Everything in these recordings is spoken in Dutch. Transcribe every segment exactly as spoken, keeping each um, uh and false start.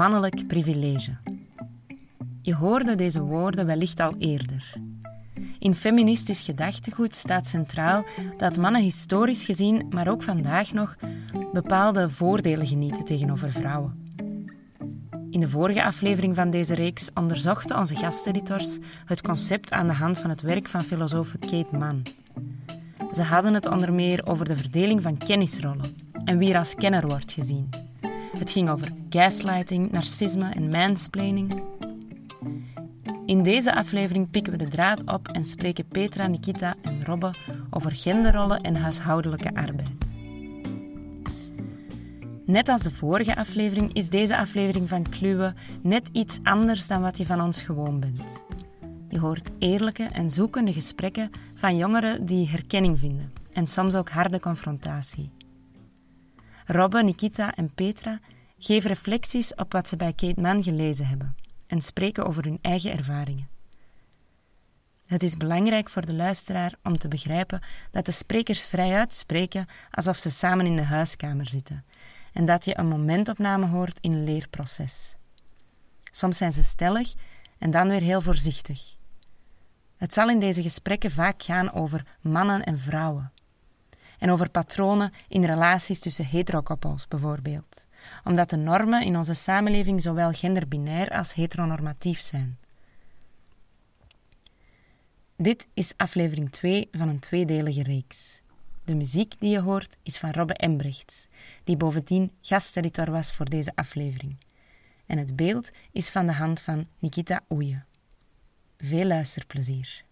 mannelijk privilege. Je hoorde deze woorden wellicht al eerder. In feministisch gedachtegoed staat centraal dat mannen historisch gezien, maar ook vandaag nog, bepaalde voordelen genieten tegenover vrouwen. In de vorige aflevering van deze reeks onderzochten onze gasteditors het concept aan de hand van het werk van filosoof Kate Manne. Ze hadden het onder meer over de verdeling van kennisrollen en wie er als kenner wordt gezien. Het ging over gaslighting, narcisme en mansplaining. In deze aflevering pikken we de draad op en spreken Petra, Nikita en Robbe over genderrollen en huishoudelijke arbeid. Net als de vorige aflevering is deze aflevering van Kluwe net iets anders dan wat je van ons gewoon bent. Je hoort eerlijke en zoekende gesprekken van jongeren die herkenning vinden en soms ook harde confrontatie. Robbe, Nikita en Petra geven reflecties op wat ze bij Kate Manne gelezen hebben en spreken over hun eigen ervaringen. Het is belangrijk voor de luisteraar om te begrijpen dat de sprekers vrijuit spreken alsof ze samen in de huiskamer zitten en dat je een momentopname hoort in een leerproces. Soms zijn ze stellig en dan weer heel voorzichtig. Het zal in deze gesprekken vaak gaan over mannen en vrouwen. En over patronen in relaties tussen heterokoppels bijvoorbeeld. Omdat de normen in onze samenleving zowel genderbinair als heteronormatief zijn. Dit is aflevering twee van een tweedelige reeks. De muziek die je hoort is van Robbe Embrechts, die bovendien gasteditor was voor deze aflevering. En het beeld is van de hand van Nikita Oeje. Veel luisterplezier.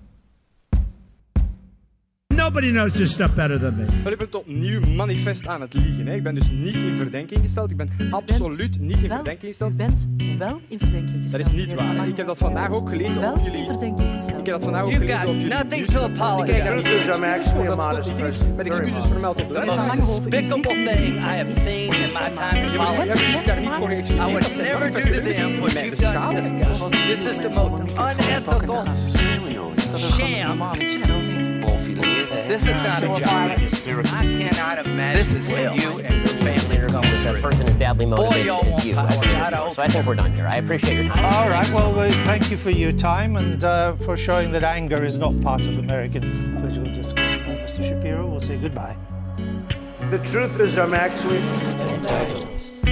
Nobody knows this stuff better than me. Maar ik ben opnieuw manifest aan het liegen. Hè. Ik ben dus niet in verdenking gesteld. Ik ben absoluut niet in wel, verdenking gesteld. U bent wel in verdenking gesteld. Dat is niet waar. Hè. Ik heb dat vandaag ook gelezen wel op jullie... in verdenking gesteld. Ik heb dat vandaag ook You've gelezen op got jullie... nothing to apologize. Ik krijg dat Truth is, I'm actually a dat modest stond niet eens person. met Very excuses modest. vermeld op de The website. most despicable thing I have seen in my time in Je hebt politics. je daar niet voor I geëxcuseerd. would Dat zijn never do manifeste to them what mij you've done to beschamen. this guy. This is the most unethical sham. This is not a job. I cannot imagine this is what you and your family are going That through. person is badly motivated Boy, as you. oh, as an God, interviewer. oh. So I think we're done here. I appreciate your time. All right. Well, uh, thank you for your time and uh, for showing that anger is not part of American political discourse. Now, Mister Shapiro, we'll say goodbye. The truth is, I'm actually Entitled.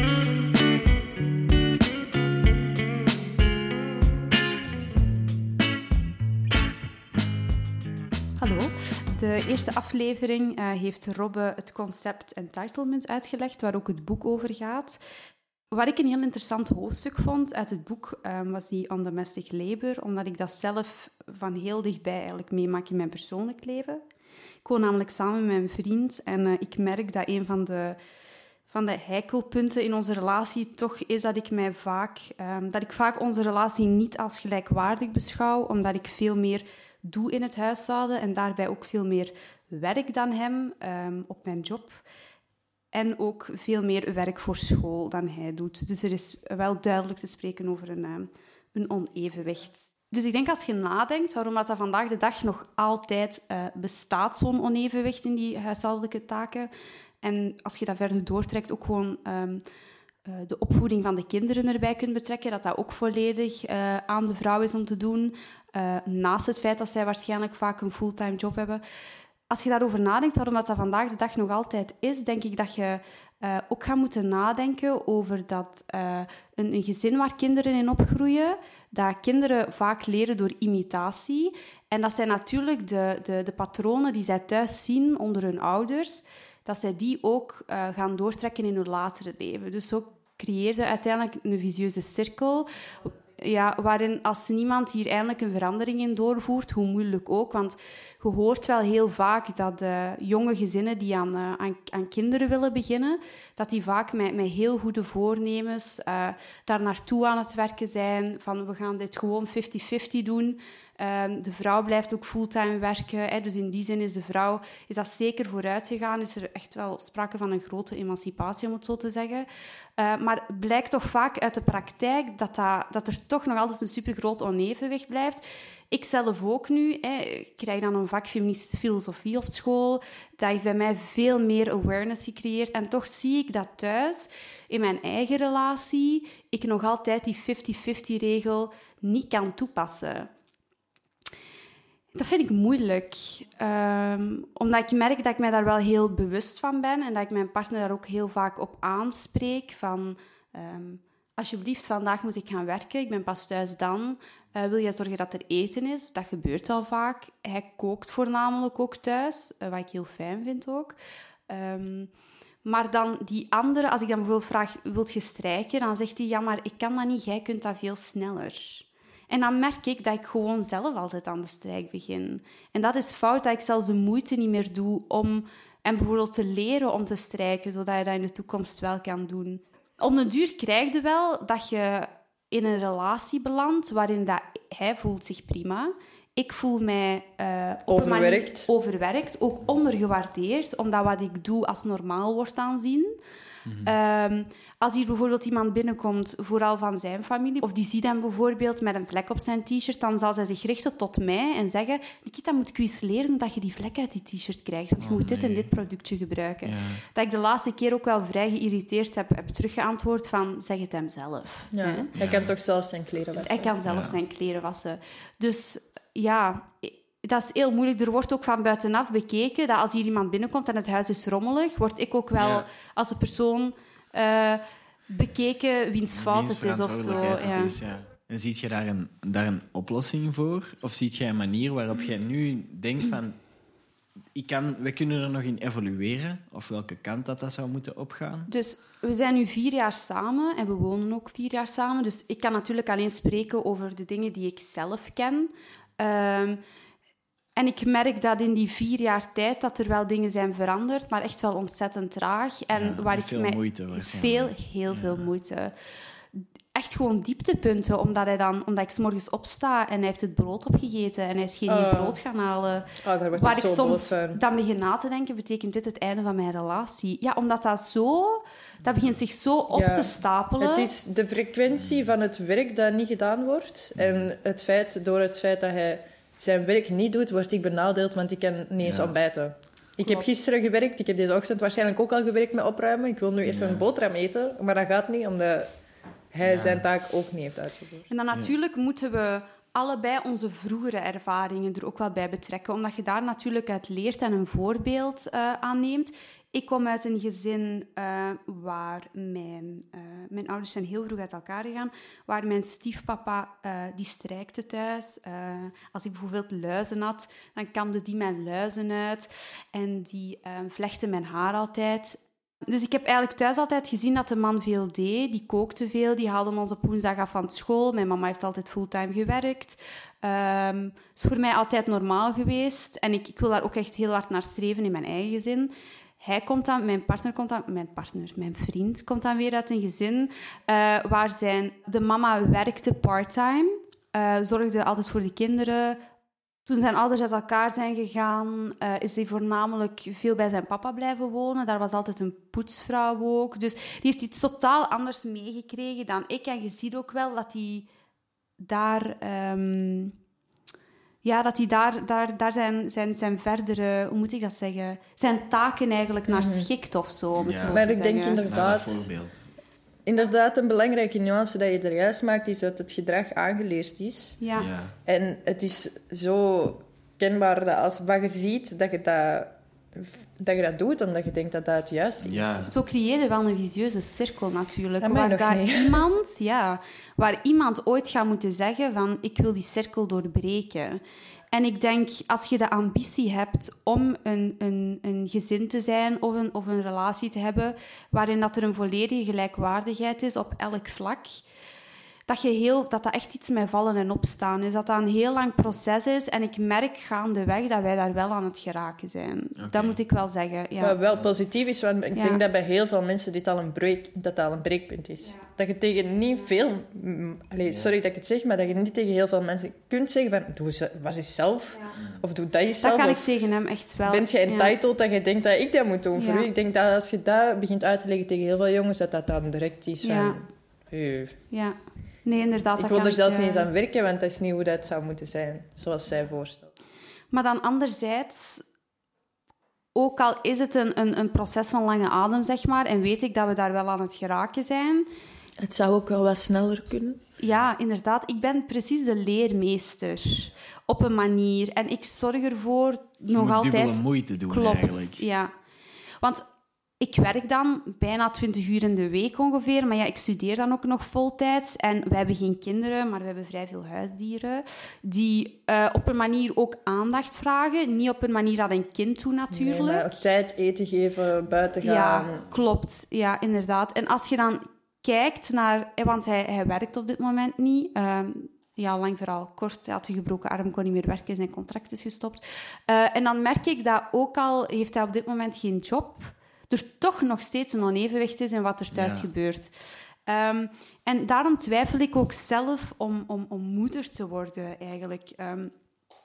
Hallo. De eerste aflevering uh, heeft Robbe het concept entitlement uitgelegd, waar ook het boek over gaat. Wat ik een heel interessant hoofdstuk vond uit het boek um, was die on domestic labor, omdat ik dat zelf van heel dichtbij eigenlijk meemaak in mijn persoonlijk leven. Ik woon namelijk samen met mijn vriend en uh, ik merk dat een van de, van de heikelpunten in onze relatie toch is dat ik, mij vaak, um, dat ik vaak onze relatie niet als gelijkwaardig beschouw, omdat ik veel meer doe in het huishouden en daarbij ook veel meer werk dan hem um, op mijn job. En ook veel meer werk voor school dan hij doet. Dus er is wel duidelijk te spreken over een, um, een onevenwicht. Dus ik denk als je nadenkt waarom dat vandaag de dag nog altijd uh, bestaat, zo'n onevenwicht in die huishoudelijke taken. En als je dat verder doortrekt, ook gewoon um, uh, de opvoeding van de kinderen erbij kunt betrekken, dat dat ook volledig uh, aan de vrouw is om te doen. Uh, naast het feit dat zij waarschijnlijk vaak een fulltime job hebben. Als je daarover nadenkt, waarom dat, dat vandaag de dag nog altijd is, denk ik dat je uh, ook gaat moeten nadenken over dat uh, een, een gezin waar kinderen in opgroeien, dat kinderen vaak leren door imitatie. En dat zijn natuurlijk de, de, de patronen die zij thuis zien onder hun ouders, dat zij die ook uh, gaan doortrekken in hun latere leven. Dus zo creëer je uiteindelijk een vicieuze cirkel. Ja, waarin als niemand hier eindelijk een verandering in doorvoert, hoe moeilijk ook. Want je hoort wel heel vaak dat uh, jonge gezinnen die aan, uh, aan, aan kinderen willen beginnen, dat die vaak met, met heel goede voornemens uh, daar naartoe aan het werken zijn. Van we gaan dit gewoon vijftig vijftig doen. Um, de vrouw blijft ook fulltime werken. Hè, dus in die zin is de vrouw is dat zeker vooruit gegaan. Is er echt wel sprake van een grote emancipatie, om het zo te zeggen. Uh, maar het blijkt toch vaak uit de praktijk dat, dat, dat er toch nog altijd een supergroot onevenwicht blijft. ik zelf ook nu, hè, ik krijg dan een vak feministische filosofie op school. Dat heeft bij mij veel meer awareness gecreëerd. En toch zie ik dat thuis, in mijn eigen relatie, ik nog altijd die fifty-fifty-regel niet kan toepassen. Dat vind ik moeilijk. Um, omdat ik merk dat ik mij daar wel heel bewust van ben en dat ik mijn partner daar ook heel vaak op aanspreek. Van, um, alsjeblieft, vandaag moet ik gaan werken. Ik ben pas thuis dan. Uh, wil jij zorgen dat er eten is? Dat gebeurt wel vaak. Hij kookt voornamelijk ook thuis, uh, wat ik heel fijn vind ook. Um, maar dan die andere, als ik dan bijvoorbeeld vraag, wilt je strijken? Dan zegt hij, ja, maar ik kan dat niet. Jij kunt dat veel sneller. En dan merk ik dat ik gewoon zelf altijd aan de strijk begin. En dat is fout, dat ik zelfs de moeite niet meer doe om en bijvoorbeeld te leren om te strijken, zodat je dat in de toekomst wel kan doen. Op den duur krijg je wel dat je in een relatie belandt waarin dat hij voelt zich prima. Ik voel mij uh, overwerkt. overwerkt, ook ondergewaardeerd, omdat wat ik doe als normaal wordt aanzien. Mm-hmm. Um, als hier bijvoorbeeld iemand binnenkomt, vooral van zijn familie, of die ziet hem bijvoorbeeld met een vlek op zijn t-shirt, dan zal zij zich richten tot mij en zeggen, Nikita, moet ik u eens leren dat je die vlek uit die t-shirt krijgt, want je oh, moet nee. dit en dit productje gebruiken. Ja. Dat ik de laatste keer ook wel vrij geïrriteerd heb, heb teruggeantwoord van, zeg het hem zelf. Ja. Hè? Hij kan toch zelf zijn kleren wassen? Hij kan zelf ja. zijn kleren wassen. Dus ja... Dat is heel moeilijk. Er wordt ook van buitenaf bekeken dat als hier iemand binnenkomt en het huis is rommelig, word ik ook wel ja. als een persoon uh, bekeken wiens fout het is of zo. Ja. Is, ja. En ziet je daar een, daar een oplossing voor? Of ziet je een manier waarop jij nu denkt van... Ik kan, we kunnen er nog in evolueren? Of welke kant dat, dat zou moeten opgaan? Dus we zijn nu vier jaar samen en we wonen ook vier jaar samen. Dus ik kan natuurlijk alleen spreken over de dingen die ik zelf ken. Um, En ik merk dat in die vier jaar tijd dat er wel dingen zijn veranderd, maar echt wel ontzettend traag. En ja, waar ik veel mij moeite veel, heel ja. veel moeite. Echt gewoon dieptepunten, omdat, hij dan, omdat ik 's morgens opsta en hij heeft het brood opgegeten en hij is geen oh. nieuw brood gaan halen. Oh, daar waar ik soms dan begin na te denken, betekent dit het einde van mijn relatie? Ja, omdat dat zo... Dat begint zich zo op ja. te stapelen. Het is de frequentie van het werk dat niet gedaan wordt. En het feit, door het feit dat hij zijn werk niet doet, word ik benadeeld, want ik kan niet eens ja. ontbijten. Ik heb gisteren gewerkt, ik heb deze ochtend waarschijnlijk ook al gewerkt met opruimen. Ik wil nu even ja. een boterham eten, maar dat gaat niet, omdat hij ja. zijn taak ook niet heeft uitgevoerd. En dan natuurlijk ja. moeten we allebei onze vroegere ervaringen er ook wel bij betrekken, omdat je daar natuurlijk uit leert en een voorbeeld uh, aanneemt. Ik kom uit een gezin uh, waar mijn, uh, mijn ouders zijn heel vroeg uit elkaar gegaan, waar mijn stiefpapa, uh, die strijkte thuis. Uh, als ik bijvoorbeeld luizen had, dan kamde die mijn luizen uit en die uh, vlechte mijn haar altijd. Dus ik heb eigenlijk thuis altijd gezien dat de man veel deed. Die kookte veel, die haalde ons op woensdag af van school. Mijn mama heeft altijd fulltime gewerkt. Um, is voor mij altijd normaal geweest. En ik, ik wil daar ook echt heel hard naar streven in mijn eigen gezin. Hij komt dan, mijn partner komt dan, mijn partner, mijn vriend komt dan weer uit een gezin uh, waar zijn, de mama werkte part-time, uh, zorgde altijd voor de kinderen. Toen zijn ouders uit elkaar zijn gegaan, uh, is hij voornamelijk veel bij zijn papa blijven wonen. Daar was altijd een poetsvrouw ook. Dus die heeft iets totaal anders meegekregen dan ik. En je ziet ook wel dat hij daar... Um, Ja, dat hij daar, daar, daar zijn, zijn, zijn verdere, hoe moet ik dat zeggen, zijn taken eigenlijk naar schikt of zo, om het ja. zo maar te ik zeggen. denk inderdaad, inderdaad, een belangrijke nuance dat je er juist maakt, is dat het gedrag aangeleerd is. Ja. ja. En het is zo kenbaar dat als wat je ziet, dat je dat, dat je dat doet, omdat je denkt dat dat het juist is. Ja. Zo creëer je wel een visieuze cirkel natuurlijk, Dat waar daar niet. iemand, ja, waar iemand ooit gaat moeten zeggen van ik wil die cirkel doorbreken. En ik denk, als je de ambitie hebt om een, een, een gezin te zijn of een, of een relatie te hebben waarin dat er een volledige gelijkwaardigheid is op elk vlak, dat, je heel, dat dat echt iets met vallen en opstaan is. Dat dat een heel lang proces is. En ik merk gaandeweg dat wij daar wel aan het geraken zijn. Okay. Dat moet ik wel zeggen. Ja. Wat wel positief is, want ik ja. denk dat bij heel veel mensen dit al een, break, dat dat al een breekpunt is. Ja. Dat je tegen niet veel... Allez, sorry dat ik het zeg, maar dat je niet tegen heel veel mensen kunt zeggen van doe was eens zelf. Ja. Of doe dat jezelf. Dat kan ik tegen hem echt wel. Bent je entitled ja. dat je denkt dat ik dat moet doen voor ja. u? Ik denk dat als je dat begint uit te leggen tegen heel veel jongens, dat dat dan direct is van... Ja. Uh, ja. Nee, inderdaad. Ik dat wil kan er zelfs ik, niet uh... eens aan werken, want dat is niet hoe dat zou moeten zijn, zoals zij voorstelt. Maar dan anderzijds, ook al is het een, een, een proces van lange adem, zeg maar, en weet ik dat we daar wel aan het geraken zijn... Het zou ook wel wat sneller kunnen. Ja, inderdaad. Ik ben precies de leermeester. Op een manier. En ik zorg ervoor Je nog moet altijd... dubbele moeite doen, Klopt, eigenlijk. ja. Want ik werk dan bijna twintig uur in de week ongeveer. Maar ja, ik studeer dan ook nog voltijds. En we hebben geen kinderen, maar we hebben vrij veel huisdieren. Die uh, op een manier ook aandacht vragen. Niet op een manier dat een kind doet, natuurlijk. Nee, maar tijd, eten geven, buiten gaan. Ja, klopt. Ja, inderdaad. En als je dan kijkt naar... Want hij, hij werkt op dit moment niet. Um, ja, lang verhaal kort. Hij had een gebroken arm, kon niet meer werken. Zijn contract is gestopt. Uh, en dan merk ik dat ook al heeft hij op dit moment geen job... er toch nog steeds een onevenwicht is in wat er thuis ja. gebeurt. Um, en daarom twijfel ik ook zelf om, om, om moeder te worden, eigenlijk. Um,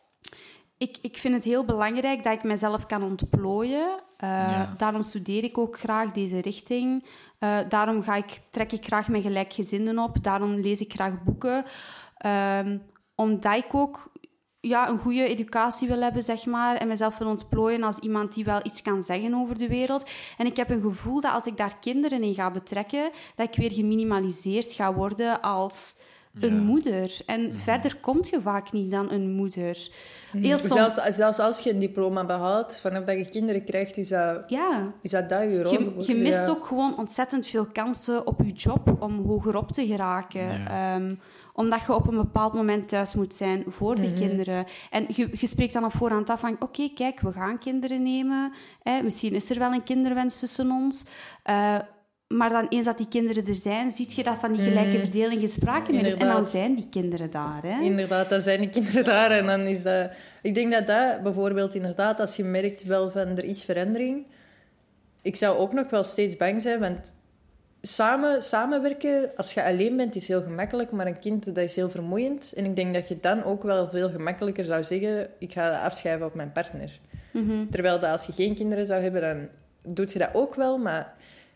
ik, ik vind het heel belangrijk dat ik mezelf kan ontplooien. Uh, ja. Daarom studeer ik ook graag deze richting. Uh, daarom ga ik, trek ik graag met gelijkgezinden op. Daarom lees ik graag boeken. Um, omdat ik ook... ja, een goede educatie wil hebben, zeg maar, en mezelf wil ontplooien als iemand die wel iets kan zeggen over de wereld. En ik heb een gevoel dat als ik daar kinderen in ga betrekken, dat ik weer geminimaliseerd ga worden als een ja. moeder. En mm-hmm. verder komt je vaak niet dan een moeder. Heel soms... zelfs, zelfs als je een diploma behaalt, vanaf dat je kinderen krijgt, is dat, ja. is dat, dat je rol. Je, je mist ja. ook gewoon ontzettend veel kansen op je job om hoger op te geraken. Ja. Um, omdat je op een bepaald moment thuis moet zijn voor de mm-hmm. kinderen. En je, je spreekt dan op voorhand af van... Oké, okay, kijk, we gaan kinderen nemen. Hè, misschien is er wel een kinderwens tussen ons. Uh, maar dan eens dat die kinderen er zijn... zie je dat van die gelijke mm-hmm. verdeling geen sprake meer is. En dan zijn die kinderen daar. Hè? Inderdaad, dan zijn die kinderen daar. En dan is dat... Ik denk dat dat bijvoorbeeld inderdaad... Als je merkt wel van er is verandering... Ik zou ook nog wel steeds bang zijn, want... Samen, samenwerken, als je alleen bent, is heel gemakkelijk, maar een kind, dat is heel vermoeiend. En ik denk dat je dan ook wel veel gemakkelijker zou zeggen, ik ga afschrijven op mijn partner. Mm-hmm. Terwijl dat als je geen kinderen zou hebben, dan doet je dat ook wel, maar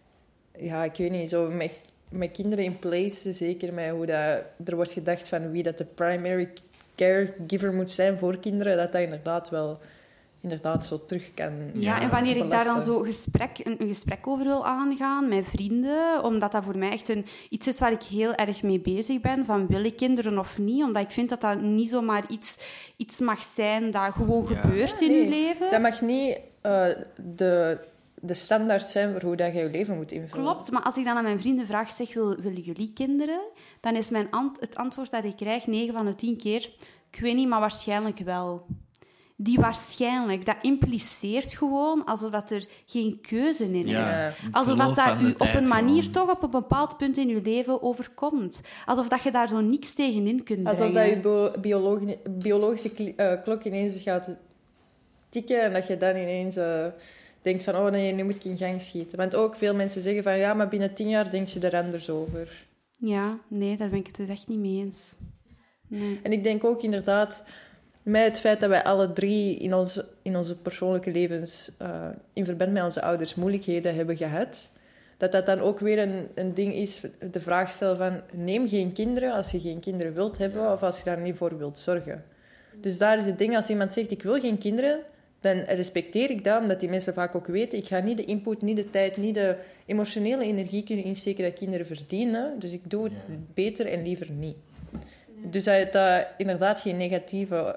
ja, ik weet niet, zo met, met kinderen in place, zeker met hoe dat, er wordt gedacht van wie dat de primary caregiver moet zijn voor kinderen, dat dat inderdaad wel... inderdaad zo terug kan Ja, ja en wanneer belasten. Ik daar dan zo gesprek, een, een gesprek over wil aangaan met vrienden, omdat dat voor mij echt een, iets is waar ik heel erg mee bezig ben, van wil ik kinderen of niet, omdat ik vind dat dat niet zomaar iets, iets mag zijn dat gewoon ja. gebeurt ja, in nee. je leven. Dat mag niet uh, de, de standaard zijn voor hoe dat je je leven moet invullen. Klopt, maar als ik dan aan mijn vrienden vraag, zeg, wil, willen jullie kinderen? Dan is mijn ant- het antwoord dat ik krijg, negen van de tien keer, ik weet niet, maar waarschijnlijk wel. Die waarschijnlijk, dat impliceert gewoon alsof dat er geen keuze in is. Ja, alsof dat, dat u op een manier gewoon. toch op een bepaald punt in uw leven overkomt. Alsof dat je daar zo niks tegenin kunt brengen. Alsof dat je bio- biologi- biologische kli- uh, klok ineens gaat tikken en dat je dan ineens uh, denkt van oh nee, nu moet ik in gang schieten. Want ook veel mensen zeggen van ja, maar binnen tien jaar denk je er anders over. Ja, nee, daar ben ik het dus echt niet mee eens. Nee. En ik denk ook inderdaad... Met het feit dat wij alle drie in, ons, in onze persoonlijke levens... Uh, in verband met onze ouders moeilijkheden hebben gehad... dat dat dan ook weer een, een ding is... de vraag stellen van... neem geen kinderen als je geen kinderen wilt hebben... of als je daar niet voor wilt zorgen. Dus daar is het ding, als iemand zegt... ik wil geen kinderen... dan respecteer ik dat, omdat die mensen vaak ook weten... ik ga niet de input, niet de tijd... niet de emotionele energie kunnen insteken... dat kinderen verdienen. Dus ik doe het beter en liever niet. Dus dat dat inderdaad geen negatieve...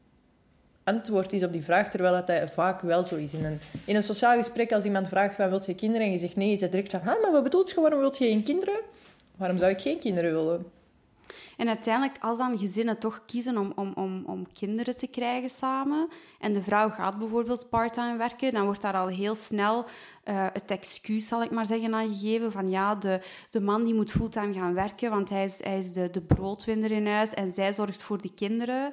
antwoord is op die vraag, terwijl dat, dat vaak wel zo is. In een, in een sociaal gesprek, als iemand vraagt van, wilt je kinderen? En je zegt nee, is dat direct van, ah, maar wat bedoelt je, waarom wilt je geen kinderen? Waarom zou ik geen kinderen willen? En uiteindelijk, als dan gezinnen toch kiezen om, om, om, om kinderen te krijgen samen, en de vrouw gaat bijvoorbeeld part-time werken, dan wordt daar al heel snel uh, het excuus, zal ik maar zeggen, aan gegeven van ja, de, de man die moet fulltime gaan werken, want hij is, hij is de, de broodwinner in huis en zij zorgt voor de kinderen.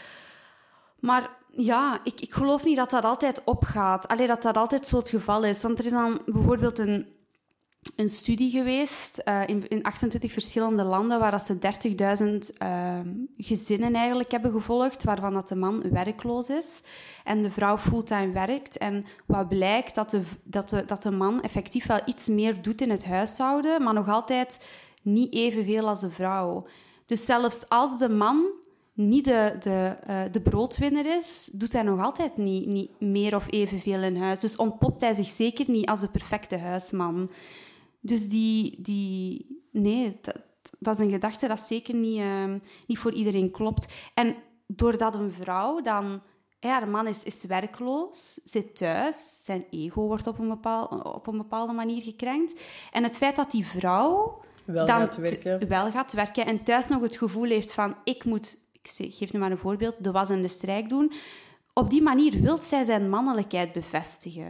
Maar ja, ik, ik geloof niet dat dat altijd opgaat. Allee, dat dat altijd zo het geval is. Want er is dan bijvoorbeeld een, een studie geweest uh, in, in achtentwintig verschillende landen waar dat ze dertigduizend uh, gezinnen eigenlijk hebben gevolgd, waarvan dat de man werkloos is en de vrouw fulltime werkt. En wat blijkt, dat de, dat de, dat de man effectief wel iets meer doet in het huishouden, maar nog altijd niet evenveel als de vrouw. Dus zelfs als de man niet de, de, uh, de broodwinner is, doet hij nog altijd niet, niet meer of evenveel in huis. Dus ontpopt hij zich zeker niet als de perfecte huisman. Dus die... die nee, dat, dat is een gedachte dat zeker niet, uh, niet voor iedereen klopt. En doordat een vrouw dan... Ja, haar man is, is werkloos, zit thuis, zijn ego wordt op een, bepaal, op een bepaalde manier gekrenkt. En het feit dat die vrouw wel dan gaat werken. T- wel gaat werken en thuis nog het gevoel heeft van... Ik moet, ik geef nu maar een voorbeeld, de was en de strijk doen. Op die manier wil zij zijn mannelijkheid bevestigen.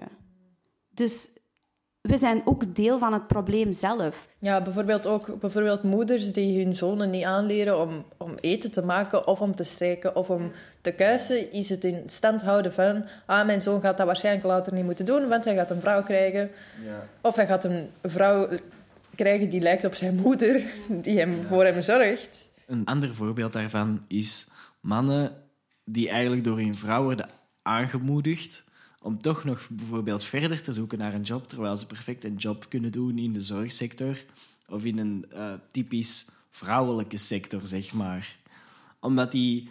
Dus we zijn ook deel van het probleem zelf. Ja, bijvoorbeeld ook bijvoorbeeld moeders die hun zonen niet aanleren om, om eten te maken of om te strijken of om te kuisen, is het in stand houden van ah, mijn zoon gaat dat waarschijnlijk later niet moeten doen, want hij gaat een vrouw krijgen. Ja. Of hij gaat een vrouw krijgen die lijkt op zijn moeder, die hem ja. voor hem zorgt. Een ander voorbeeld daarvan is mannen die eigenlijk door hun vrouw worden aangemoedigd om toch nog bijvoorbeeld verder te zoeken naar een job, terwijl ze perfect een job kunnen doen in de zorgsector of in een uh, typisch vrouwelijke sector, zeg maar. Omdat die,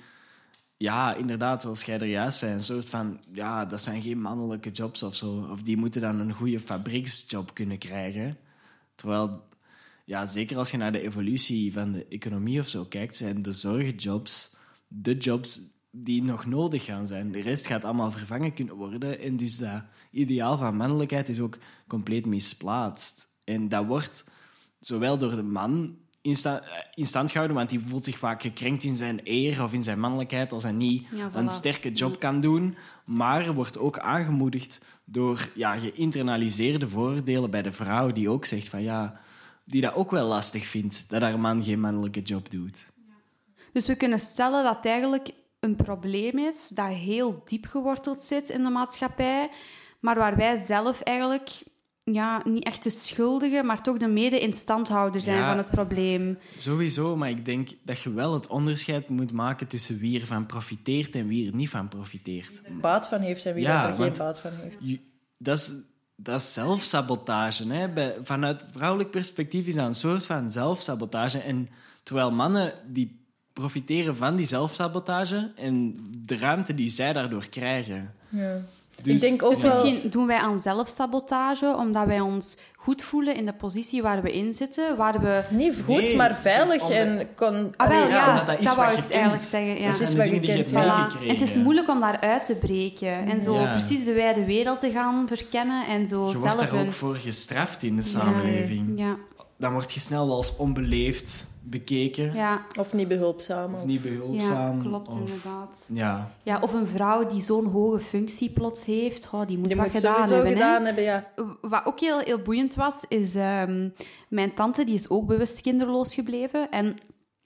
ja, inderdaad, zoals jij er juist zei, een soort van, ja, dat zijn geen mannelijke jobs of zo. Of die moeten dan een goede fabrieksjob kunnen krijgen. Terwijl, ja, zeker als je naar de evolutie van de economie of zo kijkt, zijn de zorgjobs de jobs die nog nodig gaan zijn. De rest gaat allemaal vervangen kunnen worden. En dus dat ideaal van mannelijkheid is ook compleet misplaatst. En dat wordt zowel door de man in, sta- in stand gehouden, want die voelt zich vaak gekrenkt in zijn eer of in zijn mannelijkheid als hij niet ja, voilà. een sterke job kan doen. Maar wordt ook aangemoedigd door ja, geïnternaliseerde voordelen bij de vrouw die ook zegt van ja, die dat ook wel lastig vindt, dat haar man geen mannelijke job doet. Dus we kunnen stellen dat eigenlijk een probleem is dat heel diep geworteld zit in de maatschappij, maar waar wij zelf eigenlijk ja, niet echt de schuldige, maar toch de mede-instandhouder zijn ja, van het probleem. Sowieso, maar ik denk dat je wel het onderscheid moet maken tussen wie ervan profiteert en wie er niet van profiteert. Wie er baat van heeft en wie ja, er geen baat van heeft. Je, dat is... Dat is zelfsabotage. Hè? Bij, vanuit vrouwelijk perspectief is dat een soort van zelfsabotage. En terwijl mannen die profiteren van die zelfsabotage en de ruimte die zij daardoor krijgen. Ja. Dus, ik denk ook dus wel... misschien doen wij aan zelfsabotage omdat wij ons goed voelen in de positie waar we in zitten, waar we... Niet goed, nee, maar veilig onder... en... Kon... Ah, wel, ja, ja dat, dat, is dat wou ik kent. eigenlijk zeggen. Ja. Dat is wat je kent. Voilà. En het is moeilijk om daaruit te breken en zo ja. precies de wijde wereld te gaan verkennen en zo je zelf... wordt daar een... ook voor gestraft in de samenleving. Ja. Dan word je snel als onbeleefd bekeken. Ja. Of niet behulpzaam. Of niet behulpzaam. Ja, klopt, of, inderdaad. Ja. Ja, of een vrouw die zo'n hoge functie plots heeft, oh, die moet die wat moet gedaan hebben. gedaan hebben ja. Wat ook heel, heel boeiend was, is um, mijn tante, die is ook bewust kinderloos gebleven. En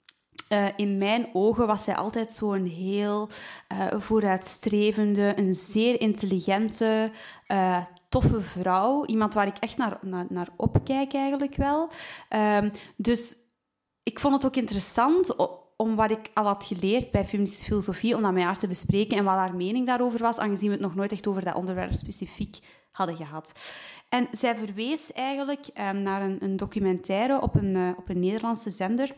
uh, in mijn ogen was zij altijd zo'n heel uh, vooruitstrevende, een zeer intelligente... Uh, toffe vrouw. Iemand waar ik echt naar, naar, naar opkijk eigenlijk wel. Um, dus ik vond het ook interessant om wat ik al had geleerd bij feministische filosofie, om dat met haar te bespreken en wat haar mening daarover was, aangezien we het nog nooit echt over dat onderwerp specifiek hadden gehad. En zij verwees eigenlijk um, naar een, een documentaire op een, uh, op een Nederlandse zender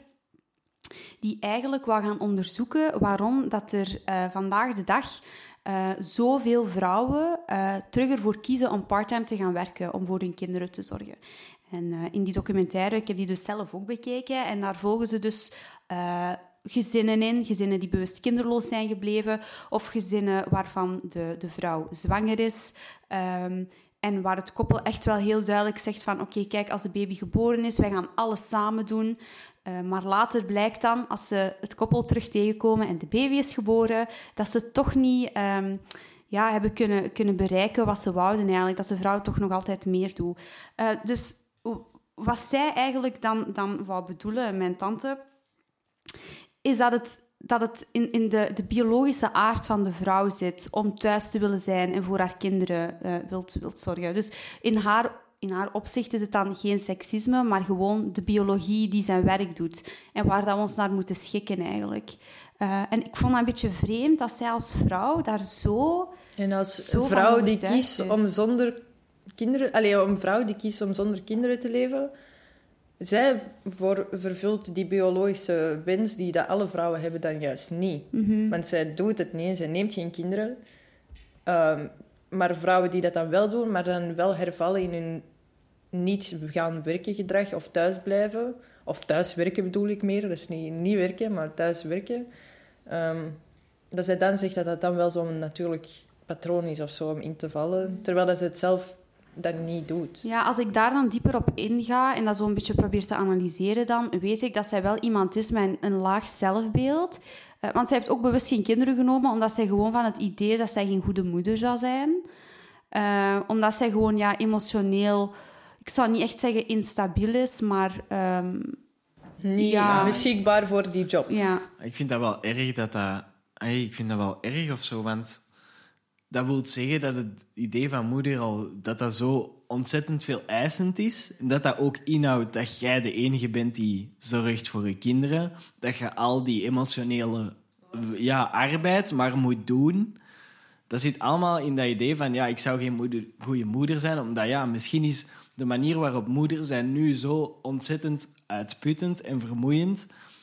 die eigenlijk wou gaan onderzoeken waarom dat er uh, vandaag de dag Uh, zoveel vrouwen uh, terug ervoor kiezen om parttime te gaan werken, om voor hun kinderen te zorgen. En uh, in die documentaire, ik heb die dus zelf ook bekeken, en daar volgen ze dus uh, gezinnen in, gezinnen die bewust kinderloos zijn gebleven, of gezinnen waarvan de, de vrouw zwanger is, um, en waar het koppel echt wel heel duidelijk zegt van oké, okay, kijk, als de baby geboren is, wij gaan alles samen doen. Uh, maar later blijkt dan, als ze het koppel terug tegenkomen en de baby is geboren, dat ze toch niet um, ja, hebben kunnen, kunnen bereiken wat ze wouden eigenlijk. Dat de vrouw toch nog altijd meer doet. Uh, dus wat zij eigenlijk dan, dan wou bedoelen, mijn tante, is dat het, dat het in, in de, de biologische aard van de vrouw zit om thuis te willen zijn en voor haar kinderen uh, wilt, wilt zorgen. Dus in haar... In haar opzicht is het dan geen seksisme, maar gewoon de biologie die zijn werk doet. En waar dat we ons naar moeten schikken, eigenlijk. Uh, en ik vond het een beetje vreemd dat zij als vrouw daar zo... En als een vrouw die kiest om zonder kinderen... Allez, een vrouw die kiest om zonder kinderen te leven... zij voor, vervult die biologische wens die dat alle vrouwen hebben dan juist niet. Mm-hmm. Want zij doet het niet, zij neemt geen kinderen. Um, maar vrouwen die dat dan wel doen, maar dan wel hervallen in hun niet gaan werken gedrag of thuisblijven. Of thuiswerken bedoel ik meer. Dat is niet, niet werken, maar thuiswerken. Um, dat zij dan zegt dat dat dan wel zo'n natuurlijk patroon is of zo om in te vallen. Terwijl dat ze het zelf dan niet doet. Ja, als ik daar dan dieper op inga en dat zo een beetje probeer te analyseren, dan weet ik dat zij wel iemand is met een, een laag zelfbeeld. Uh, want zij heeft ook bewust geen kinderen genomen, omdat zij gewoon van het idee is dat zij geen goede moeder zou zijn. Uh, omdat zij gewoon ja, emotioneel, ik zou niet echt zeggen instabiel is, maar... Um, niet ja, beschikbaar voor die job. Ja. Ik vind dat wel erg dat dat... Ay, ik vind dat wel erg of zo, want dat wil zeggen dat het idee van moeder al... dat dat zo ontzettend veel eisend is. En dat dat ook inhoudt dat jij de enige bent die zorgt voor je kinderen. Dat je al die emotionele ja, arbeid maar moet doen. Dat zit allemaal in dat idee van... ja, ik zou geen moeder, goede moeder zijn, omdat ja, misschien is de manier waarop moeder zijn nu zo ontzettend uitputtend en vermoeiend.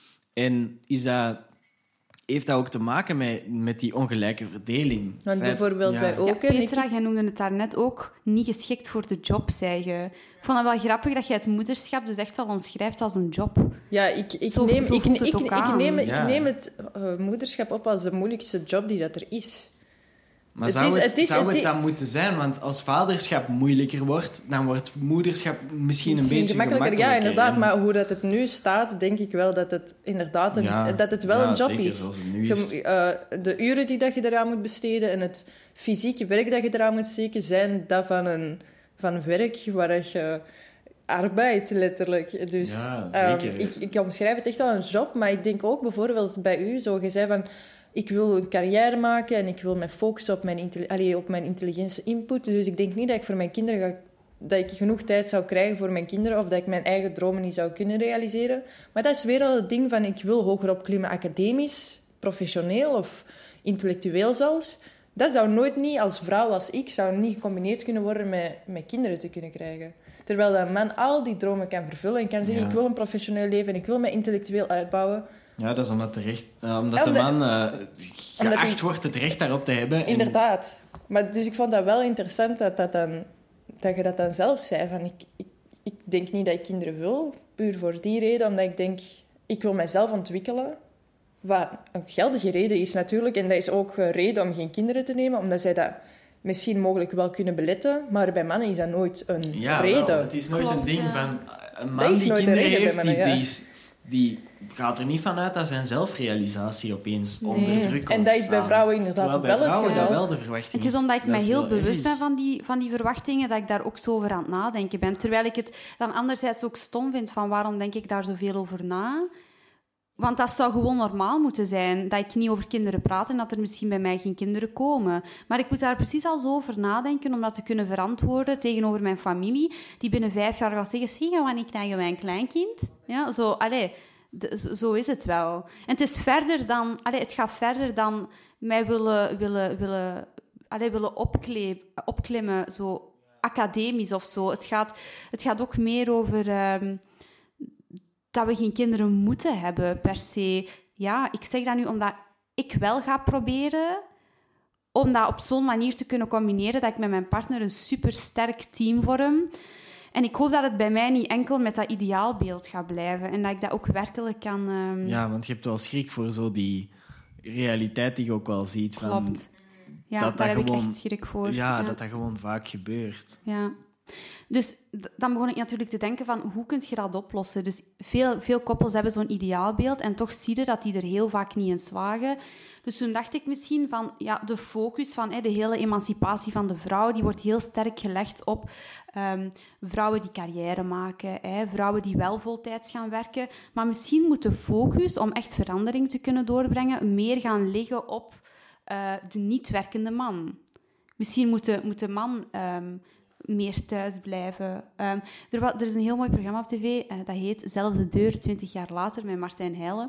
En is dat... heeft dat ook te maken met, met die ongelijke verdeling. Want Feit, bijvoorbeeld ja. bij ook... Ja, Petra, ik... jij noemde het daarnet ook niet geschikt voor de job, zei je. Ik vond het wel grappig dat je het moederschap dus echt wel omschrijft als een job. Ja, ik, ik, zo, neem, zo ik, voelt het ik, ook ik, aan. ik, neem, Ja. ik neem het uh, moederschap op als de moeilijkste job die dat er is. Maar Het zou is- het, het is- zou het het is- dan moeten zijn? Want als vaderschap moeilijker wordt, dan wordt moederschap misschien een Misschien beetje gemakkelijker. Ja, gemakkelijker. inderdaad. En- Maar hoe dat het nu staat, denk ik wel dat het inderdaad een, Ja. dat het wel Ja, een job zeker is. zoals het nu is. Je- uh, de uren die dat je eraan moet besteden en het fysieke werk dat je eraan moet steken, zijn dat van een van werk waar je arbeidt, letterlijk. Dus Ja, um, zeker. ik, ik omschrijf het echt wel een job, maar ik denk ook bijvoorbeeld bij u, zo je zei van... Ik wil een carrière maken en ik wil me focussen op mijn, intelli- allee, op mijn intelligente input. Dus ik denk niet dat ik voor mijn kinderen ga, dat ik genoeg tijd zou krijgen voor mijn kinderen of dat ik mijn eigen dromen niet zou kunnen realiseren. Maar dat is weer al het ding van ik wil hoger opklimmen academisch, professioneel of intellectueel zelfs. Dat zou nooit niet, als vrouw als ik, zou niet gecombineerd kunnen worden met, met kinderen te kunnen krijgen. Terwijl dat een man al die dromen kan vervullen en kan zeggen Ja. ik wil een professioneel leven en ik wil me intellectueel uitbouwen. Ja, dat is omdat de, recht, uh, omdat de Omdat- man uh, Omdat geacht die- wordt het recht daarop te hebben. En- Inderdaad. Maar dus ik vond dat wel interessant dat, dat, dan, dat je dat dan zelf zei. Van ik, ik, ik denk niet dat ik kinderen wil, puur voor die reden. Omdat ik denk, ik wil mezelf ontwikkelen. Wat een geldige reden is natuurlijk. En dat is ook een reden om geen kinderen te nemen. Omdat zij dat misschien mogelijk wel kunnen beletten. Maar bij mannen is dat nooit een Ja, reden. wel. Het is nooit Klopt, een ding ja. van... uh, Een Dat man is die nooit een kinderen reden bij heeft, die, mannen, ja. die, is, die gaat er niet van uit dat zijn zelfrealisatie opeens Nee. onder druk komt En dat is bij staan. vrouwen inderdaad Terwijl bij wel het vrouwen geval. dat wel de verwachting Het is omdat ik Dat mij is heel wel bewust erg. ben van die, van die verwachtingen, dat ik daar ook zo over aan het nadenken ben. Terwijl ik het dan anderzijds ook stom vind van waarom denk ik daar zoveel over na. Want dat zou gewoon normaal moeten zijn, dat ik niet over kinderen praat en dat er misschien bij mij geen kinderen komen. Maar ik moet daar precies al zo over nadenken om dat te kunnen verantwoorden tegenover mijn familie, die binnen vijf jaar gaat zeggen, zie je, wanneer krijgen wij een kleinkind? Ja, zo, allee, de- zo- zo is het wel. En het is verder dan, allee, het gaat verder dan mij willen, willen, willen, allee, willen opkle- opklimmen, zo academisch of zo. Het gaat, het gaat ook meer over... ehm, dat we geen kinderen moeten hebben, per se. Ja, ik zeg dat nu omdat ik wel ga proberen om dat op zo'n manier te kunnen combineren dat ik met mijn partner een supersterk team vorm. En ik hoop dat het bij mij niet enkel met dat ideaalbeeld gaat blijven en dat ik dat ook werkelijk kan... ehm, Ja, want je hebt wel schrik voor zo die realiteit die je ook wel ziet. Van Klopt. Ja, dat daar dat heb ik gewoon- echt schrik voor. Ja, dat dat gewoon vaak gebeurt. Ja. Dus d- dan begon ik natuurlijk te denken van, hoe kun je dat oplossen? Dus veel, veel koppels hebben zo'n ideaalbeeld en toch zie je dat die er heel vaak niet in slagen. Dus toen dacht ik misschien van, ja, de focus van hè, de hele emancipatie van de vrouw, die wordt heel sterk gelegd op ehm, vrouwen die carrière maken, hè, vrouwen die wel voltijds gaan werken. Maar misschien moet de focus, om echt verandering te kunnen doorbrengen, meer gaan liggen op eh, de niet-werkende man. Misschien moet de, moet de man... ehm, meer thuis blijven. Um, er, wa- er is een heel mooi programma op tv, uh, dat heet Zelfde Deur, twintig jaar later, met Martijn Heijlen.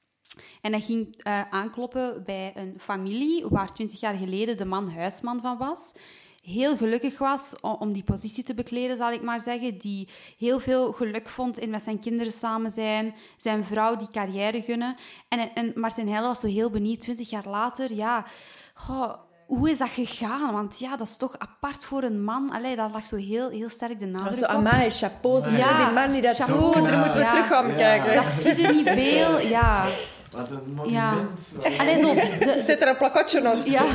En dat ging uh, aankloppen bij een familie waar twintig jaar geleden de man huisman van was. heel gelukkig was om, om die positie te bekleden, zal ik maar zeggen. Die heel veel geluk vond in met zijn kinderen samen zijn. Zijn vrouw die carrière gunnen. En, en Martin Heijlen was zo heel benieuwd, twintig jaar later, ja... Goh, hoe is dat gegaan? Want ja, dat is toch apart voor een man. Allee, dat lag zo heel, heel sterk de nadruk zo, op. amai, chapeau. Ze Ja, die man die dat chapeau. doet, daar moeten we Ja. terug gaan Ja. bekijken. Dat zie je niet veel, ja. Wat een Ja. monument. Allee, zo... De, Zit er een plakatje naast? ja.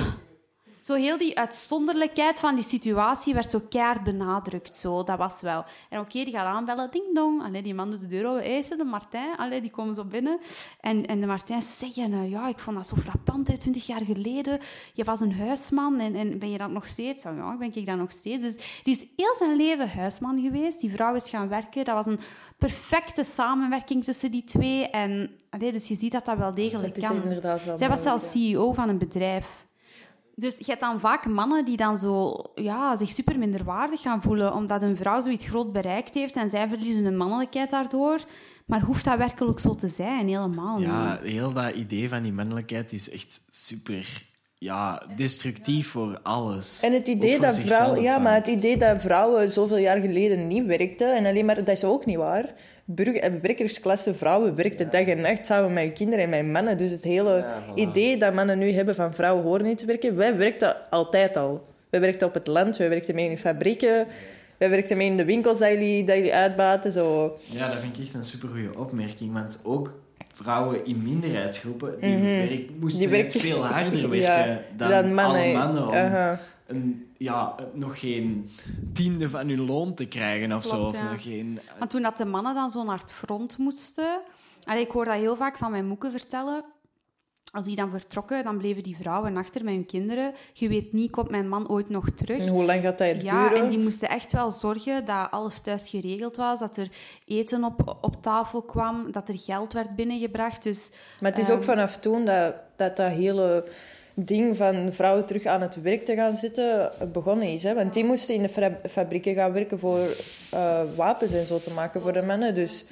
Zo heel die uitzonderlijkheid van die situatie werd zo keihard benadrukt. Zo. Dat was wel. En oké, die gaat aanbellen. Ding dong. Allee, die man doet de deur open. Hé, is het de Martijn? Allee, die komen zo binnen. En, en de Martijn zegt, uh, ja, ik vond dat zo frappant, hè, twintig jaar geleden. Je was een huisman en, en ben je dat nog steeds? Zo, ja, ben ik dat nog steeds. Dus die is heel zijn leven huisman geweest. Die vrouw is gaan werken. Dat was een perfecte samenwerking tussen die twee. En, allee, dus je ziet dat dat wel degelijk Dat is kan. inderdaad wel Zij was mooi, zelfs C E O van een bedrijf. Dus je hebt dan vaak mannen die dan zo, ja, zich super minderwaardig gaan voelen omdat een vrouw zoiets groot bereikt heeft en zij verliezen hun mannelijkheid daardoor. Maar hoeft dat werkelijk zo te zijn? Helemaal niet. Ja, heel dat idee van die mannelijkheid is echt super ja, destructief voor alles. En het idee Ook voor dat zichzelf, vrouwen, ja, hè. maar het idee dat vrouwen zoveel jaar geleden niet werkten, en alleen maar, dat is ook niet waar. Burger, werkersklasse vrouwen werkten dag en nacht samen met hun kinderen en met mannen. Dus het hele Ja, voilà. idee dat mannen nu hebben van vrouwen horen niet te werken, wij werkten altijd al. Wij werkten op het land, wij werkten mee in fabrieken, wij werkten mee in de winkels dat jullie, dat jullie uitbaten. Zo. Ja, dat vind ik echt een supergoeie opmerking. Want ook vrouwen in minderheidsgroepen die Mhm. werk, moesten Die net werken- veel harder werken Ja, dan, dan mannen. alle mannen. Om Aha. een, ja, nog geen tiende van hun loon te krijgen of zo. Klopt, Of ja. nog geen... Want toen dat de mannen dan zo naar het front moesten... Allee, ik hoor dat heel vaak van mijn moeken vertellen. Als die dan vertrokken, dan bleven die vrouwen achter met hun kinderen. Je weet niet, komt mijn man ooit nog terug? En hoe lang gaat dat hier Ja, duren? en die moesten echt wel zorgen dat alles thuis geregeld was, dat er eten op, op tafel kwam, dat er geld werd binnengebracht. Dus, Maar het is ehm, ook vanaf toen dat dat, dat hele ding van vrouwen terug aan het werk te gaan zitten begonnen is. Hè? Want die moesten in de fra- fabrieken gaan werken voor uh, wapens en zo te maken voor de mannen. Dus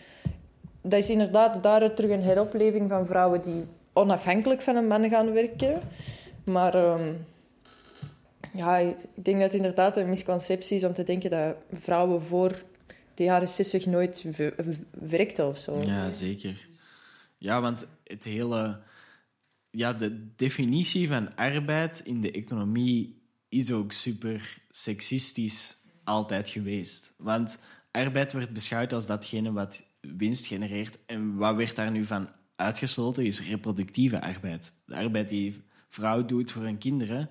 dat is inderdaad daar terug een heropleving van vrouwen die onafhankelijk van een man gaan werken. Maar um, ja, ik denk dat het inderdaad een misconceptie is om te denken dat vrouwen voor de jaren zestig nooit w- w- werkten of zo. Ja, zeker. Ja, want het hele... Ja, de definitie van arbeid in de economie is ook super seksistisch altijd geweest. Want arbeid wordt beschouwd als datgene wat winst genereert. En wat werd daar nu van uitgesloten is reproductieve arbeid. De arbeid die vrouw doet voor hun kinderen.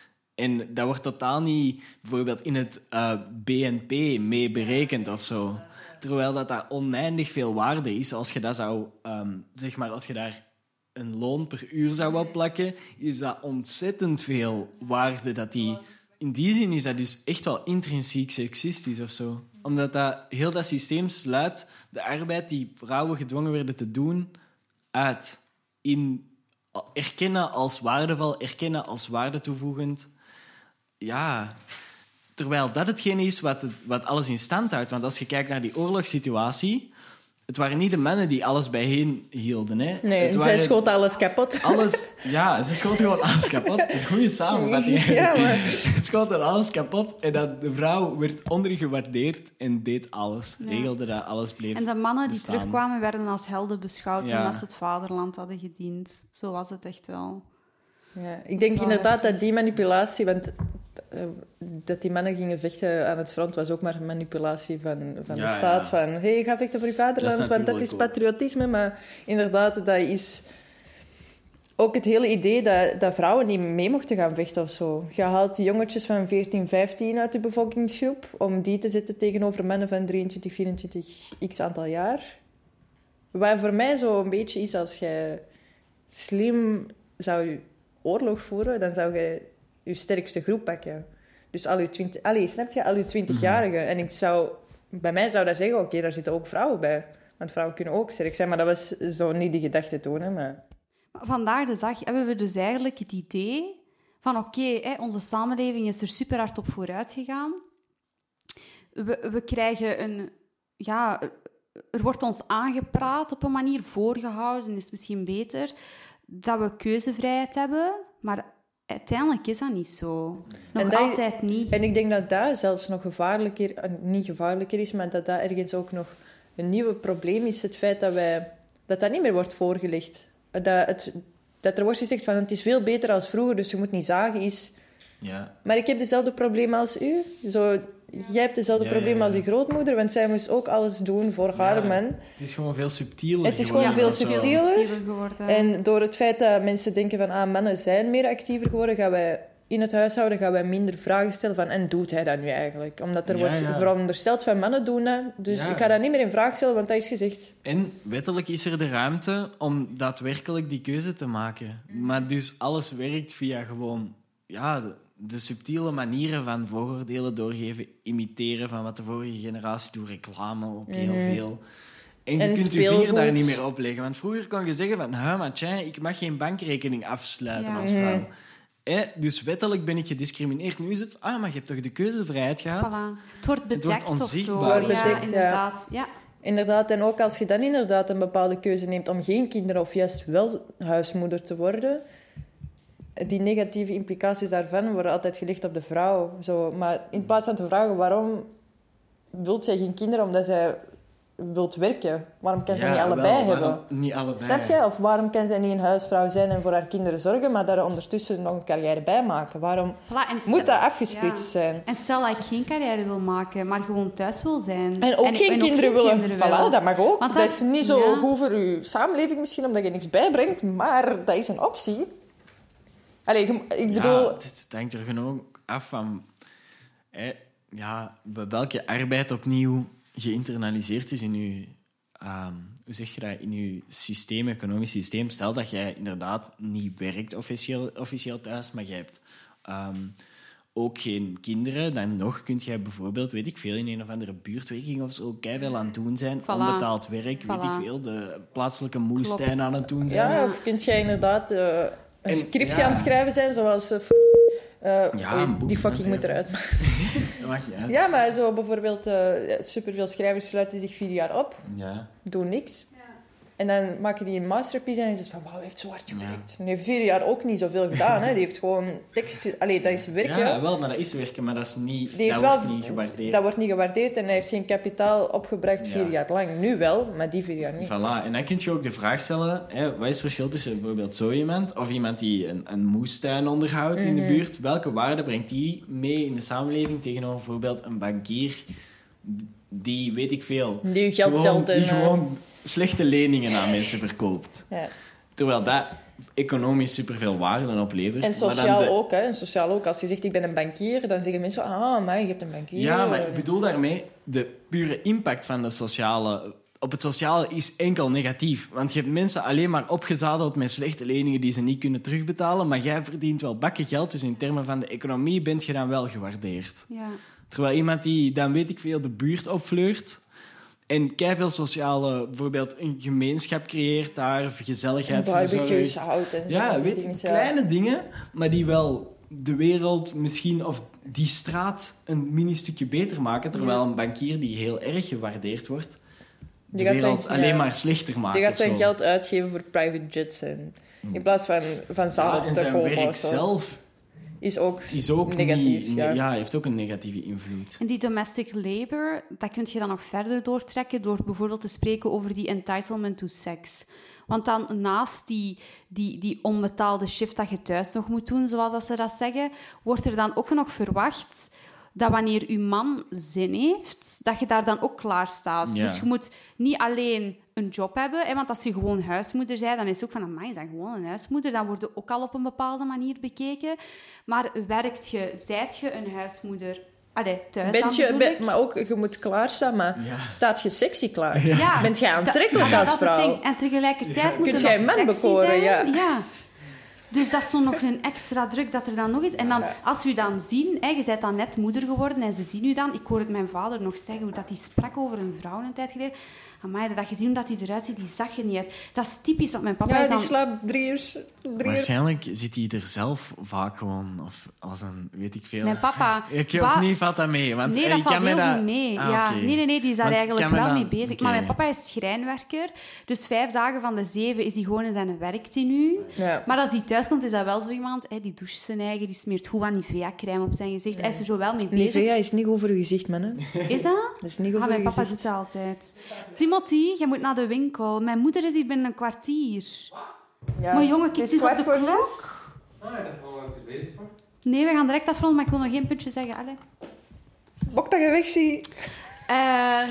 En dat wordt totaal niet bijvoorbeeld in het uh, B N P mee berekend of zo. Terwijl dat, dat oneindig veel waarde is als je dat zou... Um, zeg maar, als je daar een loon per uur zou wat plakken, is dat ontzettend veel waarde. Dat die, in die zin is dat dus echt wel intrinsiek seksistisch of zo. Omdat dat, heel dat systeem sluit de arbeid die vrouwen gedwongen werden te doen uit. In erkennen als waardevol, erkennen als waarde toevoegend. Ja, terwijl dat hetgene is wat, het, wat alles in stand houdt. Want als je kijkt naar die oorlogssituatie, het waren niet de mannen die alles bijeen hielden. Hè. Nee, het zij waren schoten alles kapot. Alles, ja, ze schoten gewoon alles kapot. Dat is een goede samenvatting. Ja, maar... Ze schoten alles kapot en dat de vrouw werd ondergewaardeerd en deed alles. Ja. Regelde dat alles bleef En de mannen die bestaan. terugkwamen werden als helden beschouwd Ja. omdat ze het vaderland hadden gediend. Zo was het echt wel. Ja, ik denk wel inderdaad heftig. dat die manipulatie... Want uh, dat die mannen gingen vechten aan het front was ook maar een manipulatie van, van Ja, de staat. ja. Van, hé, hey, ga vechten voor je vaderland, Dat is want dat natuurlijk is ook- patriotisme. Maar inderdaad, dat is... Ook het hele idee dat, dat vrouwen niet mee mochten gaan vechten of zo. Je haalt jongetjes van veertien, vijftien uit de bevolkingsgroep om die te zetten tegenover mannen van drieëntwintig, vierentwintig x aantal jaar. Wat voor mij zo een beetje is, als je slim zou oorlog voeren, dan zou je je sterkste groep pakken. Dus al je twintig... Allee, snap je? Al je twintigjarigen. En ik zou... Bij mij zou dat zeggen, oké, daar zitten ook vrouwen bij. Want vrouwen kunnen ook sterk zijn. Maar dat was zo niet die gedachte toen, hè. Maar... Maar vandaag de dag hebben we dus eigenlijk het idee van oké, hè, onze samenleving is er super hard op vooruit gegaan. We, we krijgen een... Ja, er, er wordt ons aangepraat op een manier, voorgehouden is misschien beter, dat we keuzevrijheid hebben. Maar uiteindelijk is dat niet zo. Nog En dat- altijd niet. En ik denk dat dat zelfs nog gevaarlijker, eh, niet gevaarlijker is, maar dat dat ergens ook nog een nieuw probleem is. Het feit dat wij, dat, dat niet meer wordt voorgelegd. Dat, het, dat er wordt gezegd van het is veel beter als vroeger, dus je moet niet zagen. Is... Ja. Maar ik heb dezelfde problemen als u. Zo, jij hebt dezelfde Ja, problemen ja, ja. als je grootmoeder, want zij moest ook alles doen voor haar Ja, man. Het is gewoon veel subtieler Het is geworden. gewoon veel Dat is wel- subtieler. subtieler geworden. En door het feit dat mensen denken van ah, mannen zijn meer actiever geworden, gaan wij in het huishouden gaan wij minder vragen stellen van en doet hij dat nu eigenlijk? Omdat er Ja, wordt ja. verondersteld van mannen doen dat. Dus Ja. ik ga dat niet meer in vraag stellen, want dat is gezegd. En wettelijk is er de ruimte om daadwerkelijk die keuze te maken. Maar dus alles werkt via gewoon ja, de, de subtiele manieren van vooroordelen doorgeven, imiteren van wat de vorige generatie doet, reclame ook heel Mhm. veel. En je En kunt je vinger speelgoed. daar niet meer op leggen. Want vroeger kon je zeggen van, "Huh, maar tja, ik mag geen bankrekening afsluiten Ja. als Mhm. vrouw. Eh, dus wettelijk ben ik gediscrimineerd. Nu is het, ah, maar je hebt toch de keuzevrijheid gehad? Voilà. Het wordt bedekt wordt of zo. onzichtbaar. Het wordt Ja, bedekt, ja. inderdaad. Ja. Inderdaad, en ook als je dan inderdaad een bepaalde keuze neemt om geen kinderen of juist wel huismoeder te worden, die negatieve implicaties daarvan worden altijd gelegd op de vrouw. Zo, maar in plaats van te vragen waarom wilt zij geen kinderen, omdat zij wilt werken, waarom kan zij niet allebei wel, hebben? waarom Niet allebei. Snap je? Of waarom kan zij niet een huisvrouw zijn en voor haar kinderen zorgen, maar daar ondertussen nog een carrière bij maken? Waarom Voilà, en stel- moet dat afgesplitst ja. zijn? En stel dat ik geen carrière wil maken, maar gewoon thuis wil zijn. En ook En- geen en ook kinderen geen willen. kinderen Voilà, wil. dat mag ook. Want dat, dat- is niet zo ja. goed voor je samenleving misschien, omdat je niks bijbrengt, maar dat is een optie. Allee, je- ik bedoel... Ja, het, het hangt er gewoon af van hè, ja, welke arbeid opnieuw geïnternaliseerd is in je, ehm, hoe zeg je dat, in je systeem, economisch systeem. Stel dat jij inderdaad niet werkt officieel, officieel thuis, maar jij hebt ehm, ook geen kinderen, dan nog kun jij bijvoorbeeld, weet ik veel, in een of andere buurtwerking of zo keiveel aan het doen zijn, Voilà. onbetaald werk, weet Voilà. ik veel, de plaatselijke moestuin Klopt. aan het doen zijn. Ja, of kun jij inderdaad eh, een En- scriptie ja. aan het schrijven zijn, zoals... eh, f- eh, Ja, oei, een boek, die fucking mensen, moet ja. eruit. Dat mag niet uit. Ja, maar zo bijvoorbeeld... eh superveel schrijvers sluiten zich vier jaar op, Ja. doen niks. En dan maken die een masterpiece en dan is het van, wauw, hij heeft zo hard gewerkt. En hij heeft vier jaar ook niet zoveel gedaan. Hè. Die heeft gewoon tekst... Allee, dat is werken. Ja, wel, maar dat is werken, maar dat is niet, Die heeft dat wel, wordt niet gewaardeerd. Dat wordt niet gewaardeerd en hij heeft geen kapitaal opgebracht vier Ja. jaar lang. Nu wel, maar die vier jaar niet. Voilà. En dan kun je ook de vraag stellen, hè, wat is het verschil tussen bijvoorbeeld zo iemand of iemand die een, een moestuin onderhoudt in de Mhm. buurt? Welke waarde brengt die mee in de samenleving tegenover bijvoorbeeld een bankier die, weet ik veel, Die je geld gewoon, telt en... die eh, gewoon slechte leningen aan mensen verkoopt. ja. Terwijl dat economisch superveel waarde oplevert. En maar dan sociaal de- ook, hè. En sociaal ook. Als je zegt, ik ben een bankier, dan zeggen mensen, ah, maar je hebt een bankier. Ja, maar ik bedoel daarmee, de pure impact van de sociale... Op het sociale is enkel negatief. Want je hebt mensen alleen maar opgezadeld met slechte leningen die ze niet kunnen terugbetalen, maar jij verdient wel bakken geld, dus in termen van de economie bent je dan wel gewaardeerd. Ja. Terwijl iemand die, dan weet ik veel, de buurt opfleurt en keiveel sociale, bijvoorbeeld een gemeenschap creëert daar, of gezelligheid barbecues verzorgt. houdt en zo. Ja, die weet je, dingen, ja. kleine dingen, maar die wel de wereld misschien, of die straat een mini-stukje beter maken, terwijl een bankier die heel erg gewaardeerd wordt, de Die gaat wereld zijn- alleen ja. maar slechter maakt. Die gaat of zijn zo. geld uitgeven voor private jets. En, in plaats van, van Ja, zadel en te zijn kopen werk of zo. zelf Is ook, is ook negatief. niet, ja. ja, heeft ook een negatieve invloed. En die domestic labor, dat kun je dan nog verder doortrekken door bijvoorbeeld te spreken over die entitlement to sex. Want dan naast die, die, die onbetaalde shift dat je thuis nog moet doen, zoals dat ze dat zeggen, wordt er dan ook nog verwacht dat wanneer je man zin heeft, dat je daar dan ook klaar staat. Ja. Dus je moet niet alleen een job hebben, hè, want als je gewoon huismoeder bent, dan is het ook van, amai, is dat gewoon een huismoeder? Dan word je ook al op een bepaalde manier bekeken. Maar werkt je, zijt je een huismoeder? Allee, thuis dan Bent je, bedoel ben- ik. maar ook, je moet klaarstaan, maar Ja. staat je sexy klaar? Ja, Bent jij aantrekkelijk dat, als dat is het vrouw? ding. En tegelijkertijd moet Kunt je jij nog een man sexy bekoren, zijn. ja. Dus dat is zo nog een extra druk dat er dan nog is. En dan, als u dan zien, hè, je bent dan net moeder geworden en ze zien u dan. Ik hoor het mijn vader nog zeggen, hoe dat hij sprak over een vrouw een tijd geleden. Amai, dat je ziet hoe dat hij eruit ziet, die zag je niet. Dat is typisch, want mijn papa Ja, is die dan... slaapt drie uur. Drie uur. Waarschijnlijk zit hij er zelf vaak gewoon, of als een, weet ik veel. Mijn papa... Ik, Ba- of niet valt dat mee? Want Nee, eh, dat ik valt kan me heel dat... goed mee. Ah, ja. oké. Nee, nee, nee, die is daar Want ik eigenlijk kan me wel dan- mee bezig. oké. Maar mijn papa is schrijnwerker, dus vijf dagen van de zeven is hij gewoon in zijn werktenu. Ja. Maar als hij thuis thuis komt, is dat wel zo iemand. Hè, die doucht zijn eigen, die smeert goed wat Nivea-crème op zijn gezicht. Hij is er zo wel mee bezig. Nivea is niet goed voor je gezicht, man. Hè? Is dat? Dat is niet goed ah, voor je mijn papa gezicht. doet dat altijd. Timothy, je moet naar de winkel. Mijn moeder is hier binnen een kwartier. Ja. Maar jongen, kijk Het is eens op kwart de voor klok. Ah, ik dacht wel dat ik het bezig was. Nee, we gaan direct afronden, maar ik wil nog één puntje zeggen. Allee. Bok dat je weg ziet. Ehm,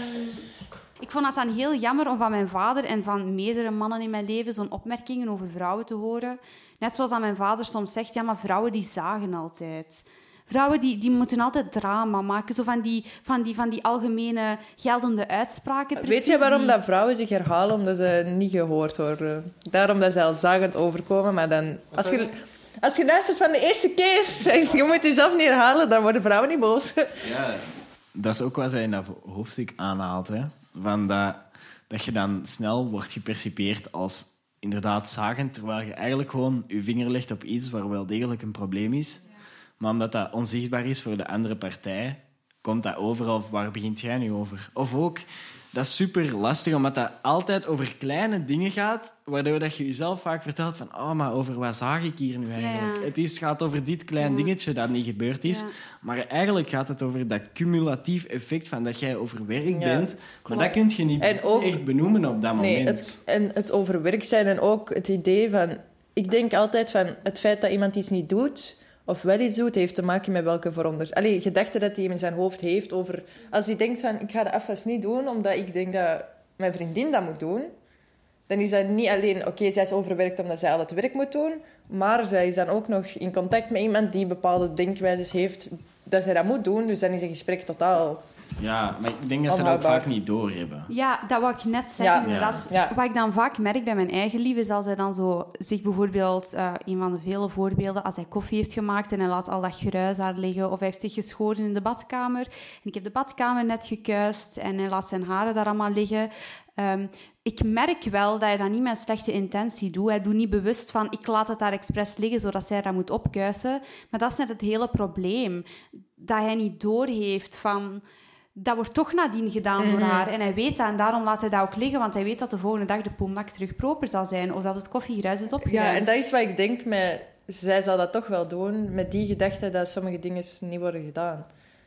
ik vond het dan heel jammer om van mijn vader en van meerdere mannen in mijn leven zo'n opmerkingen over vrouwen te horen. Net zoals dat mijn vader soms zegt, ja, maar vrouwen die zagen altijd. Vrouwen die, die moeten altijd drama maken, zo van die, van die, van die algemene geldende uitspraken. Weet precies je waarom die... dat vrouwen zich herhalen? Omdat ze niet gehoord worden. Daarom dat ze al zagend overkomen, maar dan... Als je, als je luistert van de eerste keer, je moet jezelf niet herhalen, dan worden vrouwen niet boos. Ja, dat is ook wat zij in dat hoofdstuk aanhaalt. Hè? Van dat, dat je dan snel wordt gepercipieerd als inderdaad zagend, terwijl je eigenlijk gewoon je vinger legt op iets waar wel degelijk een probleem is. Ja. Maar omdat dat onzichtbaar is voor de andere partij, komt dat overal. Waar begint jij nu over? Of ook, dat is super lastig, omdat dat altijd over kleine dingen gaat, waardoor dat je jezelf vaak vertelt van oh, maar over wat zag ik hier nu eigenlijk? Ja. Het is, gaat over dit klein dingetje dat niet gebeurd is, Ja. maar eigenlijk gaat het over dat cumulatief effect van dat jij overwerkt Ja, bent. Maar klopt. dat kun je niet En ook- echt benoemen op dat Nee, moment. het, en het overwerk zijn en ook het idee van... Ik denk altijd van het feit dat iemand iets niet doet, of wel iets doet, heeft te maken met welke veronders... Allee, gedachten dat hij in zijn hoofd heeft over... Als hij denkt van, ik ga de afwas niet doen, omdat ik denk dat mijn vriendin dat moet doen, dan is dat niet alleen... Oké, okay, zij is overwerkt omdat zij al het werk moet doen, maar zij is dan ook nog in contact met iemand die bepaalde denkwijzes heeft dat zij dat moet doen, dus dan is een gesprek totaal... Ja, maar ik denk dat ze dat ook Onhoudbaar. vaak niet doorhebben. Ja, dat wou ik net zeggen, Ja. inderdaad. Dus Ja. wat ik dan vaak merk bij mijn eigen lief, is als hij dan zo zich bijvoorbeeld, uh, een van de vele voorbeelden, als hij koffie heeft gemaakt en hij laat al dat gruis daar liggen, of hij heeft zich geschoren in de badkamer, en ik heb de badkamer net gekuist en hij laat zijn haren daar allemaal liggen. Um, ik merk wel dat hij dat niet met een slechte intentie doet. Hij doet niet bewust van, ik laat het daar expres liggen, zodat zij dat moet opkuisen. Maar dat is net het hele probleem. Dat hij niet doorheeft van... Dat wordt toch nadien gedaan door haar. En hij weet dat, en daarom laat hij dat ook liggen, want hij weet dat de volgende dag de pomnak terug proper zal zijn, of dat het koffiegruis is opgeruimd. Ja, en dat is wat ik denk met... Zij zal dat toch wel doen, met die gedachte dat sommige dingen niet worden gedaan.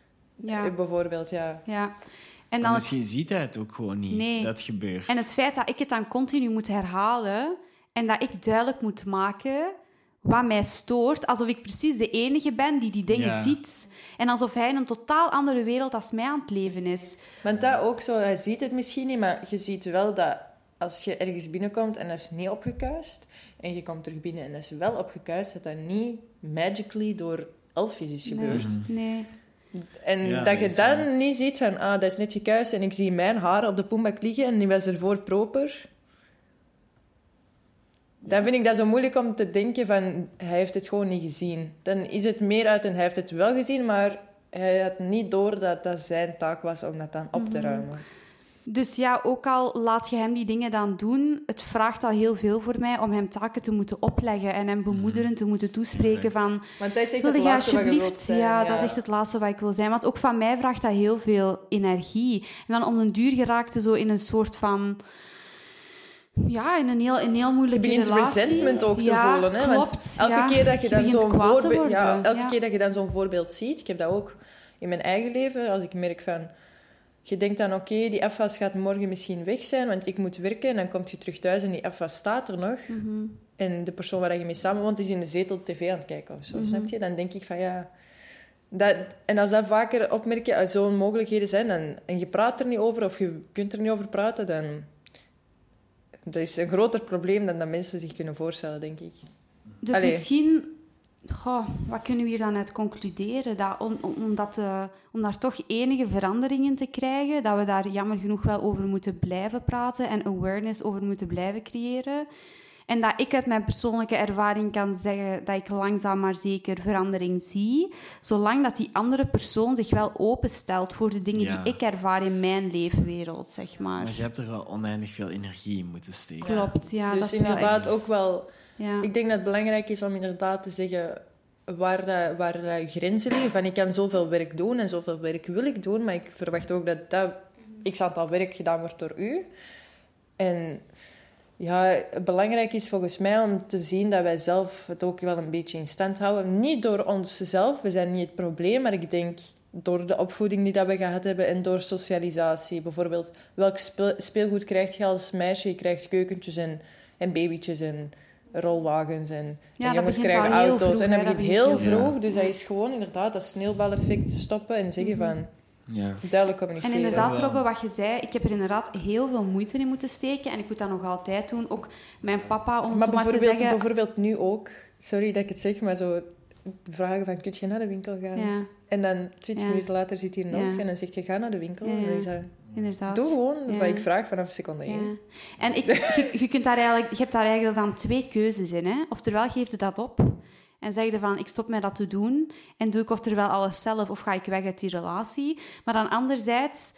Ja. Bijvoorbeeld, ja. Ja. En Maar dan misschien het... ziet hij het ook gewoon niet, Nee. dat gebeurt. En het feit dat ik het dan continu moet herhalen en dat ik duidelijk moet maken wat mij stoort, alsof ik precies de enige ben die die dingen Ja. ziet. En alsof hij in een totaal andere wereld als mij aan het leven is. Want dat ook zo, hij ziet het misschien niet, maar je ziet wel dat als je ergens binnenkomt en dat is niet opgekuist, en je komt terug binnen en dat is wel opgekuist, dat dat niet magically door elfjes is gebeurd. Nee. En Ja, dat dat je is dan zo. niet ziet van, ah, dat is net gekuist en ik zie mijn haar op de poembak liggen en die was ervoor proper. Dan vind ik dat zo moeilijk om te denken van, hij heeft het gewoon niet gezien. Dan is het meer uit en hij heeft het wel gezien, maar hij had niet door dat dat zijn taak was om dat dan op te ruimen. Dus ja, ook al laat je hem die dingen dan doen, het vraagt al heel veel voor mij om hem taken te moeten opleggen en hem bemoederend te moeten toespreken van... Want dat is echt Wilde het je laatste wat je wilt alsjeblieft... zijn. Ja, dat is echt het laatste wat ik wil zijn. Want ook van mij vraagt dat heel veel energie. En dan om den duur geraakte zo in een soort van... Ja, in een heel, een heel Je moeilijke begint relatie. resentment ook te ja, voelen. Hè? Klopt, Want elke ja. keer dat je, Je dan begint zo'n kwaad te voorbeeld, worden. ja, elke Ja. keer dat je dan zo'n voorbeeld ziet, ik heb dat ook in mijn eigen leven, als ik merk van, je denkt dan, oké, okay, die afwas gaat morgen misschien weg zijn, want ik moet werken, en dan kom je terug thuis en die afwas staat er nog. Mm-hmm. En de persoon waar je mee samenwoont is in de zetel tv aan het kijken of zo, Mm-hmm. snap je? Dan denk ik van, ja... Dat, en als dat vaker opmerk je, als zo'n mogelijkheden zijn, dan, en je praat er niet over, of je kunt er niet over praten, dan... Dat is een groter probleem dan dat mensen zich kunnen voorstellen, denk ik. Dus Allee. misschien... Goh, wat kunnen we hier dan uit concluderen? Dat om, om, om, dat te, om daar toch enige veranderingen te krijgen, dat we daar jammer genoeg wel over moeten blijven praten en awareness over moeten blijven creëren. En dat ik uit mijn persoonlijke ervaring kan zeggen dat ik langzaam maar zeker verandering zie, zolang dat die andere persoon zich wel openstelt voor de dingen Ja. die ik ervaar in mijn leefwereld, zeg maar. Maar je hebt er wel oneindig veel energie in moeten steken. Klopt, ja. Dus dat is wel inderdaad echt... ook wel... Ja. Ik denk dat het belangrijk is om inderdaad te zeggen waar, dat, waar dat je grenzen liggen. Van, ik kan zoveel werk doen en zoveel werk wil ik doen, maar ik verwacht ook dat dat x aantal werk gedaan wordt door u. En ja, belangrijk is volgens mij om te zien dat wij zelf het ook wel een beetje in stand houden. Niet door onszelf, we zijn niet het probleem, maar ik denk door de opvoeding die dat we gehad hebben en door socialisatie. Bijvoorbeeld, welk speel, speelgoed krijg je als meisje? Je krijgt keukentjes en, en babytjes en rolwagens en, ja, en jongens krijgen auto's. Vroeg, en dat begint heel, heel vroeg, vroeg. Dus dat is gewoon inderdaad dat sneeuwbaleffect stoppen en zeggen van... Ja. Duidelijk communiceren. En inderdaad, Robbe, wat je zei, ik heb er inderdaad heel veel moeite in moeten steken en ik moet dat nog altijd doen. Ook mijn papa, om maar zo maar te zeggen... bijvoorbeeld nu ook, sorry dat ik het zeg, maar zo vragen van, kun je naar de winkel gaan? Ja. En dan twintig ja. minuten later zit hij nog ja. en dan zegt je, ga naar de winkel. Ja, ja. En dan is dat, inderdaad. Doe gewoon ja. wat ik vraag vanaf seconde één. Ja. En ik, je, je, kunt daar eigenlijk, je hebt daar eigenlijk dan twee keuzes in. Hè? Oftewel, geef je dat op en zeg je van, ik stop met dat te doen en doe ik oftewel alles zelf of ga ik weg uit die relatie. Maar dan anderzijds...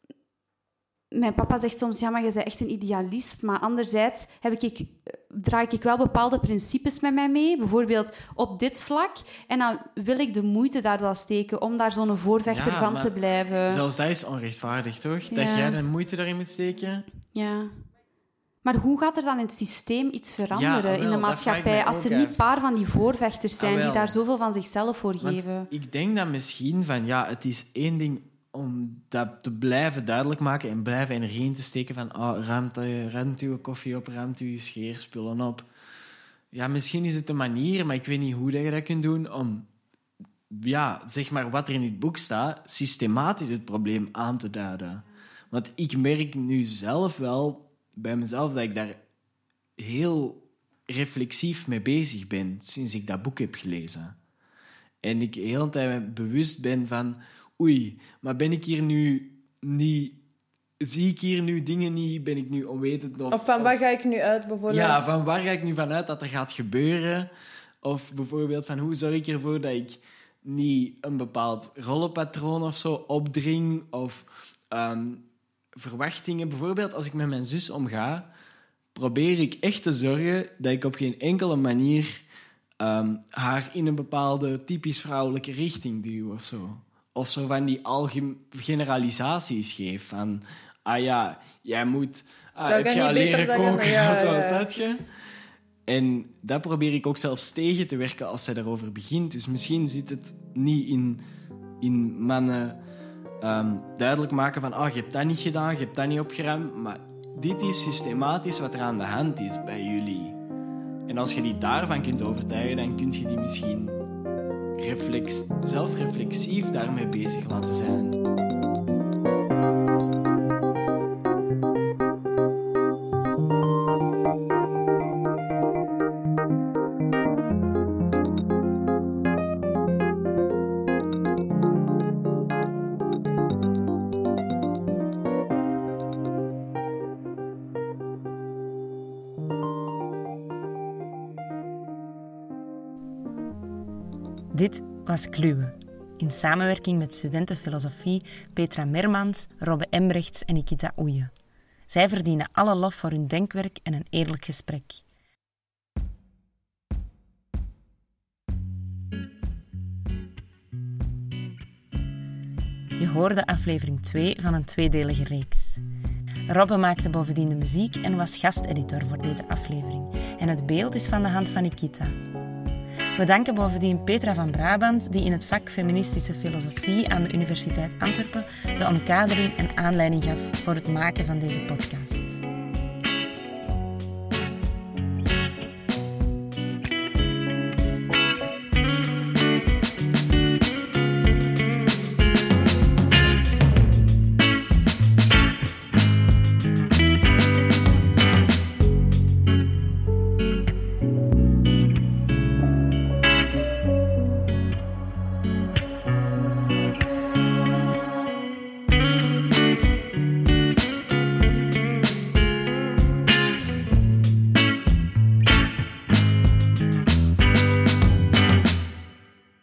Mijn papa zegt soms, ja, maar je bent echt een idealist. Maar anderzijds heb ik, draai ik wel bepaalde principes met mij mee. Bijvoorbeeld op dit vlak. En dan wil ik de moeite daar wel steken om daar zo'n voorvechter ja, van te blijven. Zelfs dat is onrechtvaardig, toch? Ja. Dat jij de moeite daarin moet steken? Ja. Maar hoe gaat er dan in het systeem iets veranderen ja, wel, in de maatschappij als er niet een paar van die voorvechters zijn die daar zoveel van zichzelf voor geven? Want ik denk dat misschien van, ja, het is één ding om dat te blijven duidelijk maken en blijven energie in te steken van oh, ruimt, ruimt uw koffie op, ruimt uw scheerspullen op. Ja, misschien is het een manier, maar ik weet niet hoe dat je dat kunt doen om, ja, zeg maar wat er in het boek staat, systematisch het probleem aan te duiden. Want ik merk nu zelf wel bij mezelf dat ik daar heel reflexief mee bezig ben sinds ik dat boek heb gelezen. En ik de hele tijd bewust ben van oei, maar ben ik hier nu niet... Zie ik hier nu dingen niet? Ben ik nu onwetend? Of, of van waar of, ga ik nu uit, bijvoorbeeld? Ja, van waar ga ik nu vanuit dat er gaat gebeuren? Of bijvoorbeeld van hoe zorg ik ervoor dat ik niet een bepaald rollenpatroon of zo opdring? Of um, verwachtingen. Bijvoorbeeld als ik met mijn zus omga, probeer ik echt te zorgen dat ik op geen enkele manier um, haar in een bepaalde typisch vrouwelijke richting duw of zo. Of zo van die algemene generalisaties geef. Van, ah ja, jij moet... Ah, heb je al leren koken? Ja, zo, ja. Zet je? En dat probeer ik ook zelfs tegen te werken als zij daarover begint. Dus misschien zit het niet in, in mannen um, duidelijk maken van ah, je hebt dat niet gedaan, je hebt dat niet opgeruimd. Maar dit is systematisch wat er aan de hand is bij jullie. En als je die daarvan kunt overtuigen, dan kun je die misschien... Reflex, zelfreflexief daarmee bezig laten zijn. Dit was Kluwe, in samenwerking met studenten filosofie Petra Mermans, Robbe Embrechts en Nikita Oeje. Zij verdienen alle lof voor hun denkwerk en een eerlijk gesprek. Je hoorde aflevering twee van een tweedelige reeks. Robbe maakte bovendien de muziek en was gasteditor voor deze aflevering. En het beeld is van de hand van Nikita. We danken bovendien Petra van Brabant, die in het vak feministische filosofie aan de Universiteit Antwerpen de omkadering en aanleiding gaf voor het maken van deze podcast.